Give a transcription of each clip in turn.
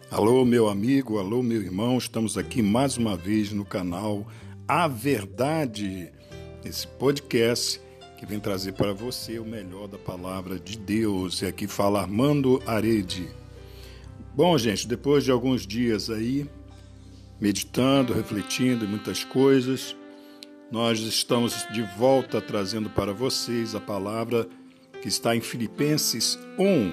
Alô, meu amigo, alô, meu irmão, estamos aqui mais uma vez no canal A Verdade, esse podcast que vem trazer para você o melhor da palavra de Deus. E aqui fala Armando Arede. Bom, gente, depois de alguns dias aí, meditando, refletindo em muitas coisas, nós estamos de volta trazendo para vocês a palavra que está em Filipenses 1,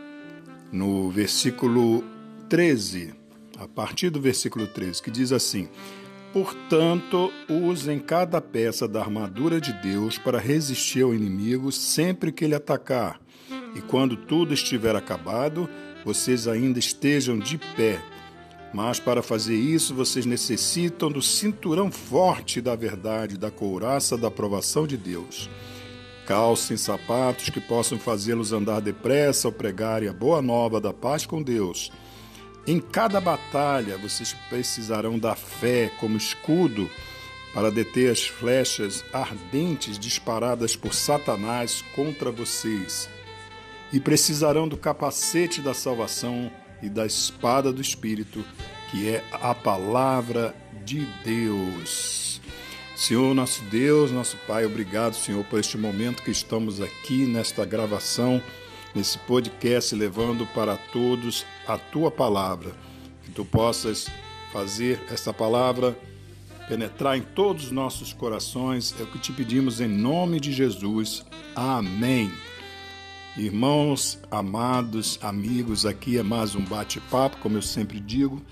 no versículo 13, a partir do versículo 13, que diz assim: portanto, usem cada peça da armadura de Deus para resistir ao inimigo sempre que ele atacar. E quando tudo estiver acabado, vocês ainda estejam de pé. Mas para fazer isso, vocês necessitam do cinturão forte da verdade, da couraça da aprovação de Deus. Calcem sapatos que possam fazê-los andar depressa ao pregarem a boa nova da paz com Deus. Em cada batalha, vocês precisarão da fé como escudo para deter as flechas ardentes disparadas por Satanás contra vocês. E precisarão do capacete da salvação e da espada do Espírito, que é a palavra de Deus. Senhor, nosso Deus, nosso Pai, obrigado, Senhor, por este momento que estamos aqui nesta gravação, nesse podcast, levando para todos a Tua palavra. Que Tu possas fazer essa palavra penetrar em todos os nossos corações. É o que te pedimos em nome de Jesus. Amém. Irmãos, amados, amigos, aqui é mais um bate-papo, como eu sempre digo.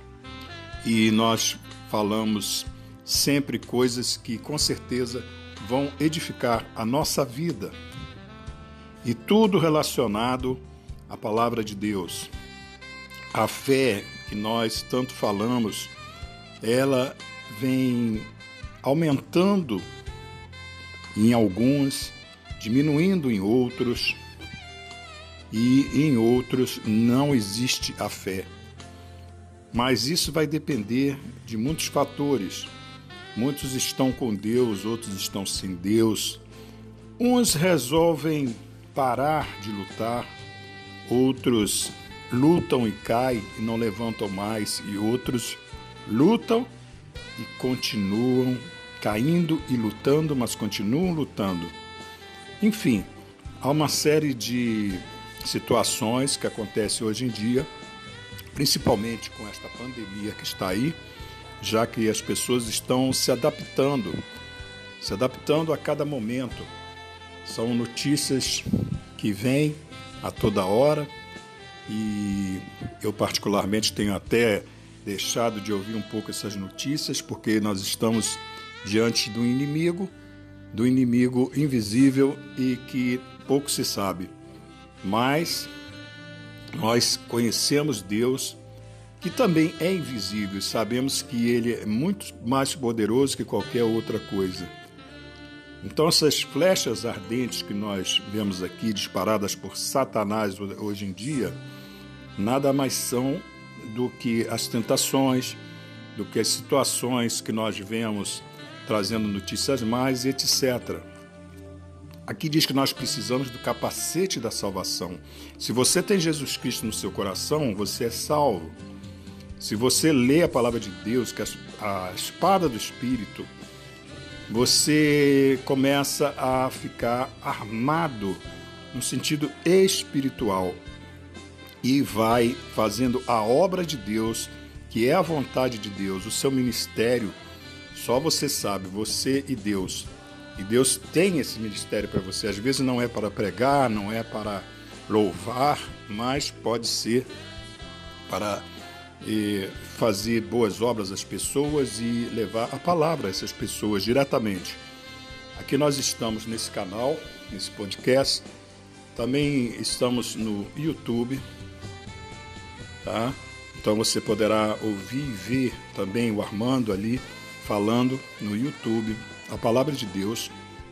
E nós falamos sempre coisas que com certeza vão edificar a nossa vida. E tudo relacionado à palavra de Deus. A fé que nós tanto falamos, ela vem aumentando em alguns, diminuindo em outros, e em outros não existe a fé. Mas isso vai depender de muitos fatores. Muitos estão com Deus, outros estão sem Deus. Uns resolvem parar de lutar, outros lutam e caem e não levantam mais, e outros lutam e continuam caindo e lutando, mas continuam lutando. Enfim, há uma série de situações que acontecem hoje em dia, principalmente com esta pandemia que está aí, já que as pessoas estão se adaptando a cada momento. São notícias que vêm a toda hora e eu particularmente tenho até deixado de ouvir um pouco essas notícias, porque nós estamos diante do inimigo invisível e que pouco se sabe. Mas nós conhecemos Deus, que também é invisível, sabemos que Ele é muito mais poderoso que qualquer outra coisa. Então essas flechas ardentes que nós vemos aqui disparadas por Satanás hoje em dia, nada mais são do que as tentações, do que as situações que nós vemos trazendo notícias mais, etc. Aqui diz que nós precisamos do capacete da salvação. Se você tem Jesus Cristo no seu coração, você é salvo. Se você lê a palavra de Deus, que é a espada do Espírito, você começa a ficar armado no sentido espiritual e vai fazendo a obra de Deus, que é a vontade de Deus, o seu ministério. Só você sabe, você e Deus. E Deus tem esse ministério para você. Às vezes não é para pregar, não é para louvar, mas pode ser para fazer boas obras às pessoas e levar a palavra a essas pessoas diretamente. Aqui nós estamos nesse canal, nesse podcast. Também estamos no YouTube, tá? Então você poderá ouvir e ver também o Armando ali falando no YouTube a palavra de Deus.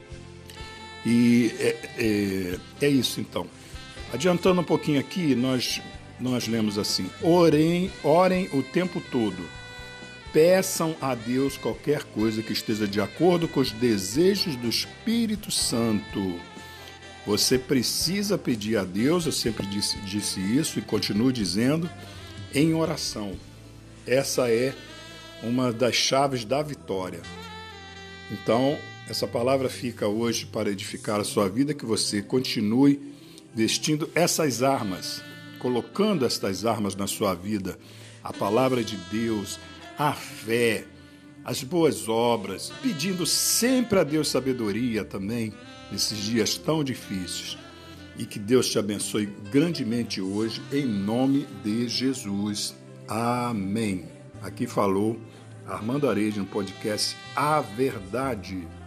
E é isso então. Adiantando um pouquinho aqui, nós lemos assim: orem o tempo todo, peçam a Deus qualquer coisa que esteja de acordo com os desejos do Espírito Santo. Você precisa pedir a Deus, eu sempre disse isso e continuo dizendo, em oração. Essa é uma das chaves da vitória. Então, essa palavra fica hoje para edificar a sua vida, que você continue vestindo essas armas, colocando estas armas na sua vida, a palavra de Deus, a fé, as boas obras, pedindo sempre a Deus sabedoria também, nesses dias tão difíceis. E que Deus te abençoe grandemente hoje, em nome de Jesus. Amém. Aqui falou Armando Aredes no podcast A Verdade.